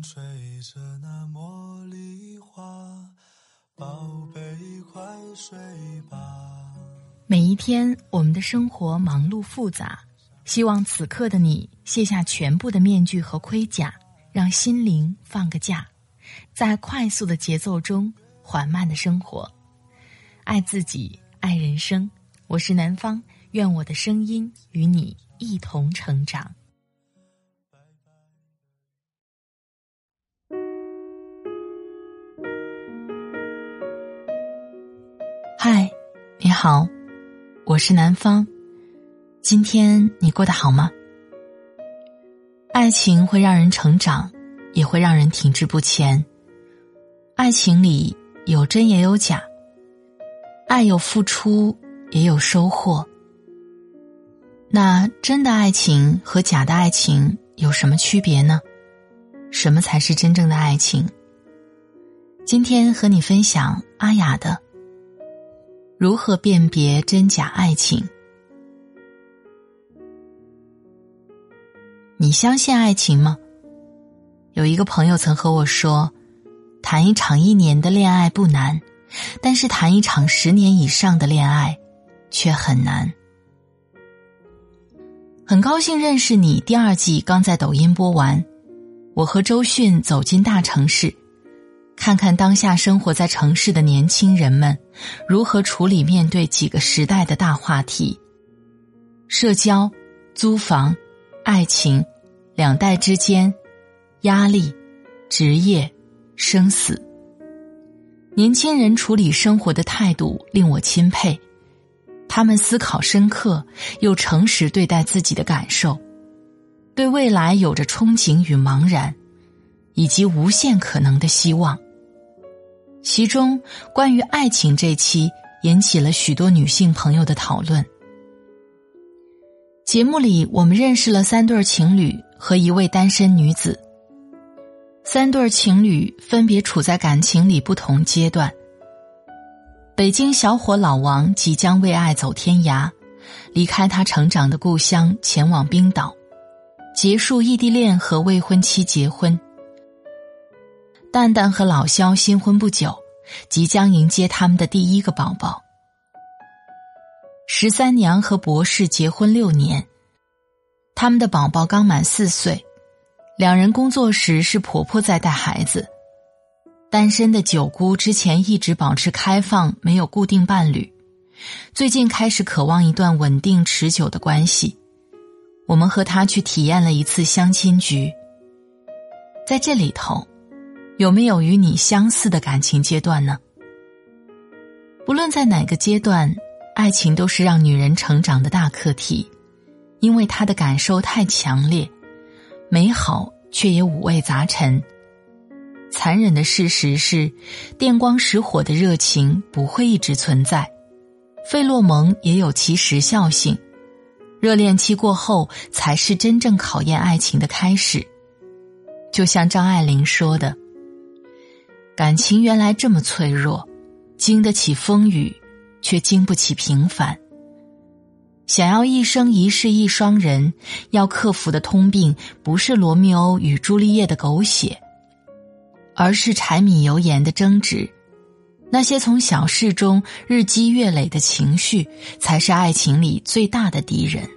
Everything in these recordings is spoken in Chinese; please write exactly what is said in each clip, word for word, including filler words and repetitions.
吹着那茉莉花，宝贝快睡吧。 每一天我们的生活忙碌复杂，希望此刻的你卸下全部的面具和盔甲，让心灵放个假，在快速的节奏中缓慢的生活，爱自己，爱人生。我是南方，愿我的声音与你一同成长。嗨，你好，我是南方。今天你过得好吗？爱情会让人成长，也会让人停滞不前。爱情里有真也有假，爱有付出也有收获。那真的爱情和假的爱情有什么区别呢？什么才是真正的爱情？今天和你分享阿雅的如何辨别真假爱情。你相信爱情吗？有一个朋友曾和我说，谈一场一年的恋爱不难，但是谈一场十年以上的恋爱却很难。很高兴认识你第二季刚在抖音播完，我和周迅走进大城市，看看当下生活在城市的年轻人们如何处理面对几个时代的大话题：社交、租房、爱情、两代之间、压力、职业、生死。年轻人处理生活的态度令我钦佩，他们思考深刻，又诚实对待自己的感受，对未来有着憧憬与茫然，以及无限可能的希望。其中关于爱情这期引起了许多女性朋友的讨论。节目里我们认识了三对情侣和一位单身女子。三对情侣分别处在感情里不同阶段。北京小伙老王即将为爱走天涯，离开他成长的故乡前往冰岛，结束异地恋和未婚妻结婚。蛋蛋和老肖新婚不久，即将迎接他们的第一个宝宝。十三娘和博士结婚六年，他们的宝宝刚满四岁，两人工作时是婆婆在带孩子。单身的九姑之前一直保持开放，没有固定伴侣，最近开始渴望一段稳定持久的关系。我们和她去体验了一次相亲局。在这里头，有没有与你相似的感情阶段呢？不论在哪个阶段，爱情都是让女人成长的大课题，因为她的感受太强烈，美好却也五味杂陈。残忍的事实是，电光石火的热情不会一直存在，费洛蒙也有其时效性，热恋期过后才是真正考验爱情的开始。就像张爱玲说的，感情原来这么脆弱，经得起风雨，却经不起平凡。想要一生一世一双人，要克服的通病不是罗密欧与朱丽叶的狗血，而是柴米油盐的争执。那些从小事中日积月累的情绪，才是爱情里最大的敌人。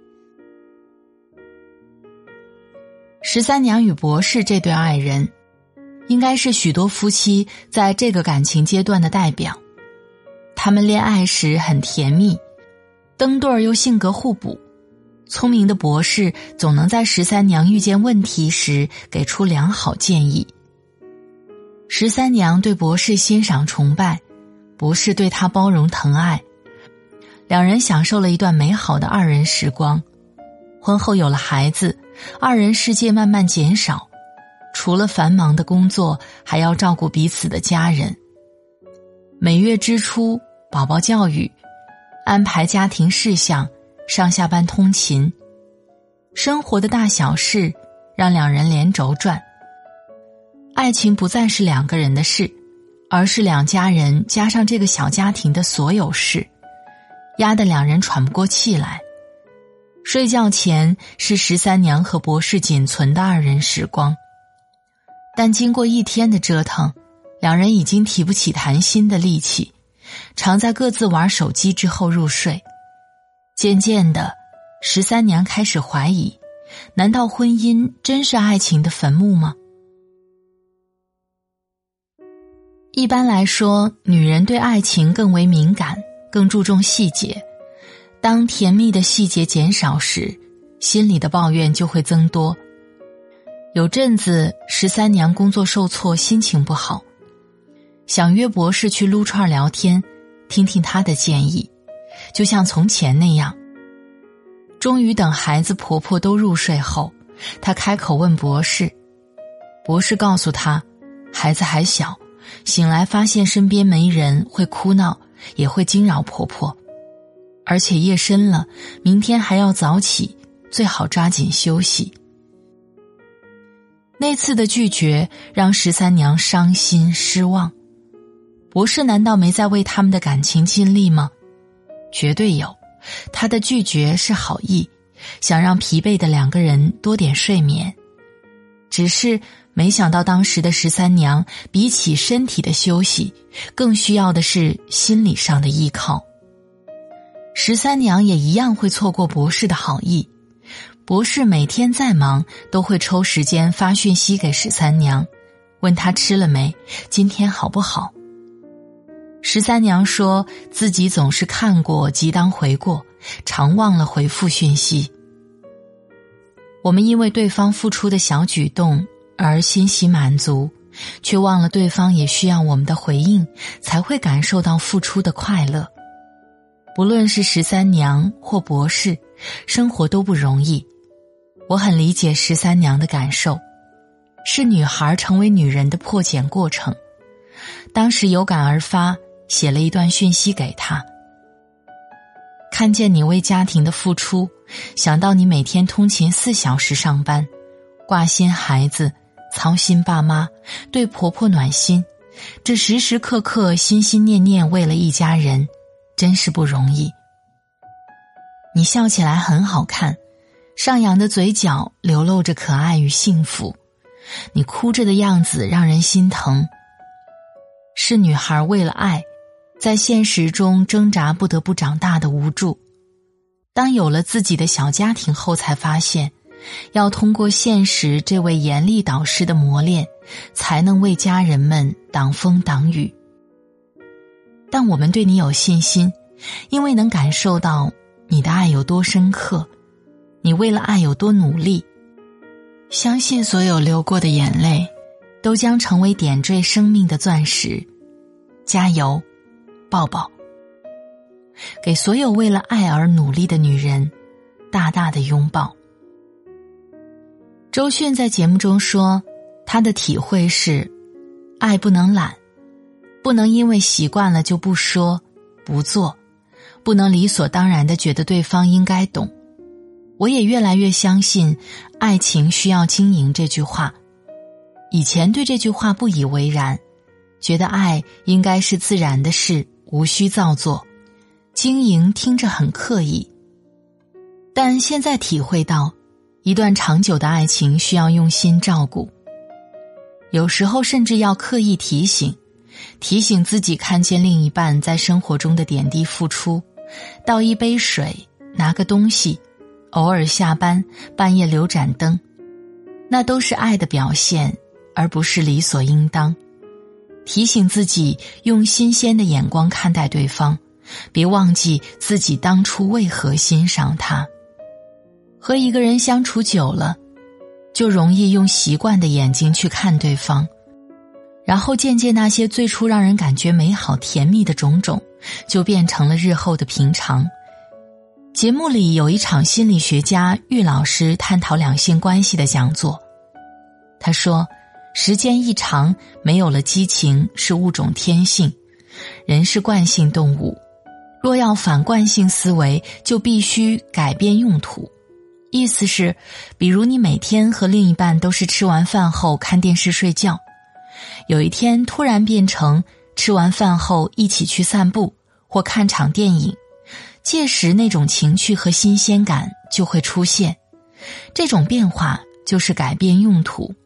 十三娘与博士这对爱人，应该是许多夫妻在这个感情阶段的代表。他们恋爱时很甜蜜，登对儿又性格互补。聪明的博士总能在十三娘遇见问题时给出良好建议。十三娘对博士欣赏崇拜，博士对她包容疼爱，两人享受了一段美好的二人时光。婚后有了孩子，二人世界慢慢减少，除了繁忙的工作，还要照顾彼此的家人。每月支出、宝宝教育、安排家庭事项、上下班通勤，生活的大小事让两人连轴转。爱情不再是两个人的事，而是两家人加上这个小家庭的所有事，压得两人喘不过气来。睡觉前是十三娘和博士仅存的二人时光。 但经过一天的折腾，两人已经提不起谈心的力气，常在各自玩手机之后入睡。渐渐的，十三娘开始怀疑，难道婚姻真是爱情的坟墓吗？一般来说，女人对爱情更为敏感，更注重细节。当甜蜜的细节减少时，心里的抱怨就会增多。有阵子，十三娘工作受挫，心情不好，想约博士去撸串聊天，听听他的建议，就像从前那样。终于等孩子婆婆都入睡后，她开口问博士。博士告诉她，孩子还小，醒来发现身边没人，会哭闹，也会惊扰婆婆。而且夜深了，明天还要早起，最好抓紧休息。那次的拒绝让十三娘伤心失望。博士难道没在为他们的感情尽力吗？绝对有，他的拒绝是好意，想让疲惫的两个人多点睡眠。只是没想到当时的十三娘比起身体的休息，更需要的是心理上的依靠。十三娘也一样会错过博士的好意，博士每天再忙都会抽时间发讯息给十三娘，问她吃了没，今天好不好。十三娘说自己总是看过即当回过，常忘了回复讯息。我们因为对方付出的小举动而欣喜满足，却忘了对方也需要我们的回应，才会感受到付出的快乐。不论是十三娘或博士，生活都不容易。我很理解十三娘的感受，是女孩成为女人的破茧过程。当时有感而发，写了一段讯息给她。看见你为家庭的付出，想到你每天通勤四小时上班，挂心孩子，操心爸妈，对婆婆暖心，这时时刻刻心心念念为了一家人，真是不容易。你笑起来很好看，上扬的嘴角流露着可爱与幸福，你哭着的样子让人心疼。是女孩为了爱，在现实中挣扎不得不长大的无助。当有了自己的小家庭后，才发现要通过现实这位严厉导师的磨练，才能为家人们挡风挡雨。但我们对你有信心，因为能感受到你的爱有多深刻，你为了爱有多努力。相信所有流过的眼泪都将成为点缀生命的钻石。加油，抱抱。给所有为了爱而努力的女人大大的拥抱。周迅在节目中说，她的体会是，爱不能懒，不能因为习惯了就不说不做，不能理所当然地觉得对方应该懂。我也越来越相信爱情需要经营这句话。以前对这句话不以为然，觉得爱应该是自然的事，无需造作，经营听着很刻意。但现在体会到，一段长久的爱情需要用心照顾，有时候甚至要刻意提醒，提醒自己看见另一半在生活中的点滴付出，倒一杯水，拿个东西，偶尔下班，半夜留盏灯，那都是爱的表现，而不是理所应当。提醒自己用新鲜的眼光看待对方，别忘记自己当初为何欣赏他。和一个人相处久了，就容易用习惯的眼睛去看对方，然后渐渐那些最初让人感觉美好甜蜜的种种，就变成了日后的平常。节目里有一场心理学家玉老师探讨两性关系的讲座，他说，时间一长，没有了激情是物种天性，人是惯性动物，若要反惯性思维，就必须改变用途。意思是，比如你每天和另一半都是吃完饭后看电视睡觉，有一天突然变成吃完饭后一起去散步或看场电影，届时那种情趣和新鲜感就会出现。这种变化就是改变用途。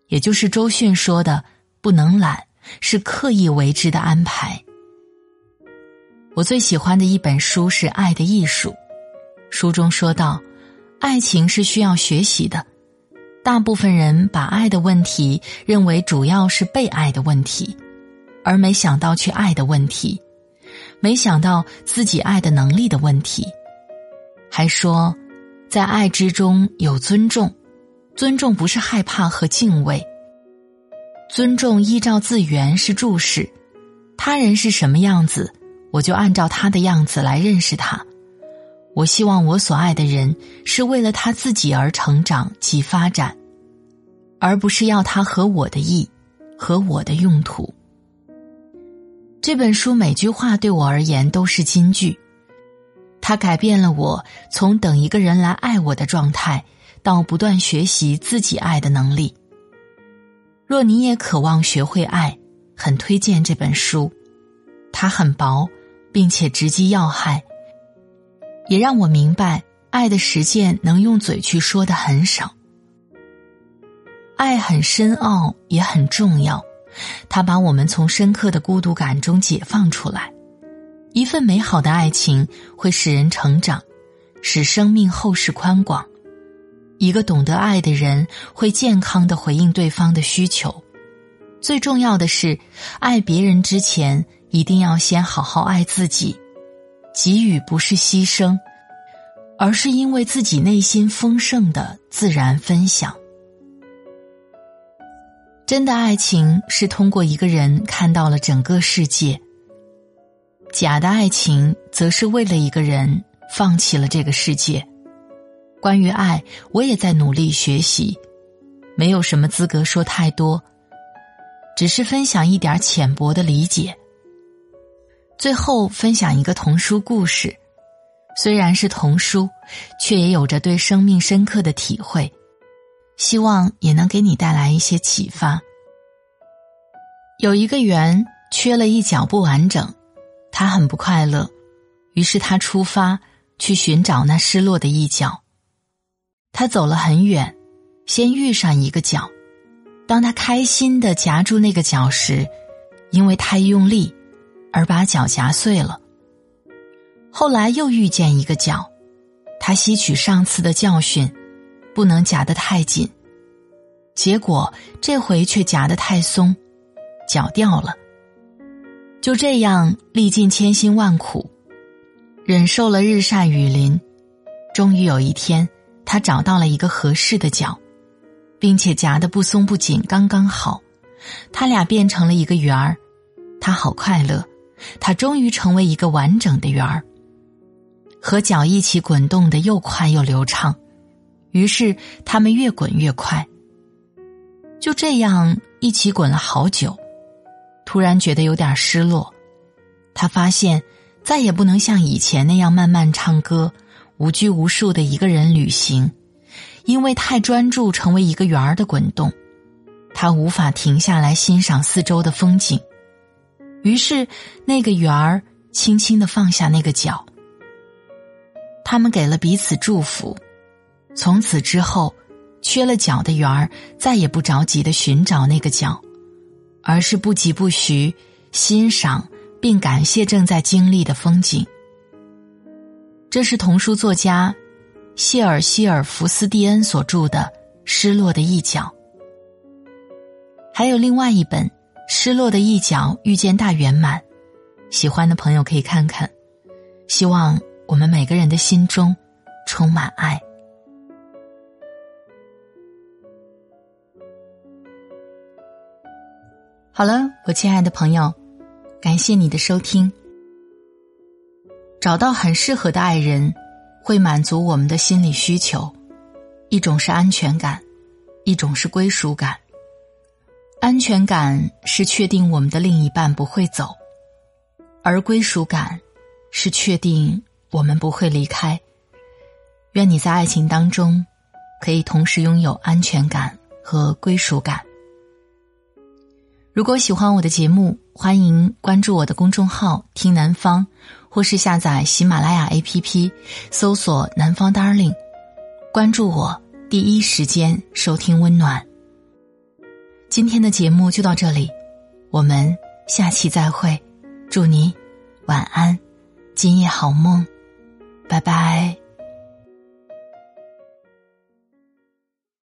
也就是周迅说的不能懒，是刻意为之的安排。我最喜欢的一本书是《爱的艺术》，书中说到，爱情是需要学习的，大部分人把爱的问题认为主要是被爱的问题，而没想到去爱的问题，没想到自己爱的能力的问题。还说在爱之中有尊重，尊重不是害怕和敬畏，尊重依照自缘是注视，他人是什么样子，我就按照他的样子来认识他。我希望我所爱的人是为了他自己而成长及发展，而不是要他合我的意，合我的用途。这本书每句话对我而言都是金句，它改变了我从等一个人来爱我的状态，到不断学习自己爱的能力。若你也渴望学会爱，很推荐这本书，它很薄，并且直击要害，也让我明白爱的实践能用嘴去说的很少。爱很深奥，也很重要，它把我们从深刻的孤独感中解放出来。一份美好的爱情会使人成长，使生命后世宽广。一个懂得爱的人会健康地回应对方的需求。最重要的是，爱别人之前一定要先好好爱自己。给予不是牺牲，而是因为自己内心丰盛的自然分享。真的爱情是通过一个人看到了整个世界，假的爱情则是为了一个人放弃了这个世界。关于爱，我也在努力学习，没有什么资格说太多，只是分享一点浅薄的理解。最后分享一个童书故事，虽然是童书，却也有着对生命深刻的体会，希望也能给你带来一些启发。有一个圆缺了一角不完整，他很不快乐，于是他出发去寻找那失落的一角。他走了很远，先遇上一个角，当他开心地夹住那个角时，因为太用力而把脚夹碎了。后来又遇见一个角，他吸取上次的教训，不能夹得太紧，结果这回却夹得太松，脚掉了。就这样历尽千辛万苦，忍受了日晒雨淋，终于有一天他找到了一个合适的角，并且夹得不松不紧，刚刚好。他俩变成了一个圆儿，他好快乐，他终于成为一个完整的圆儿，和脚一起滚动的又快又流畅。于是他们越滚越快，就这样一起滚了好久。突然觉得有点失落，他发现再也不能像以前那样慢慢唱歌，无拘无束的一个人旅行，因为太专注成为一个圆儿的滚动，他无法停下来欣赏四周的风景。于是那个圆儿轻轻地放下那个角，他们给了彼此祝福。从此之后，缺了角的圆儿再也不着急地寻找那个角，而是不疾不徐欣赏并感谢正在经历的风景。这是童书作家谢尔希尔福斯蒂恩所著的《失落的一角》。还有另外一本《失落的一角遇见大圆满》，喜欢的朋友可以看看。希望我们每个人的心中充满爱。好了，我亲爱的朋友，感谢你的收听。找到很适合的爱人，会满足我们的心理需求，一种是安全感，一种是归属感。安全感是确定我们的另一半不会走，而归属感是确定我们不会离开。愿你在爱情当中可以同时拥有安全感和归属感。如果喜欢我的节目，欢迎关注我的公众号听南方，或是下载喜马拉雅 A P P 搜索南方 Darling， 关注我，第一时间收听温暖。 今天的节目就到这里，我们下期再会，祝你晚安，今夜好梦，拜拜。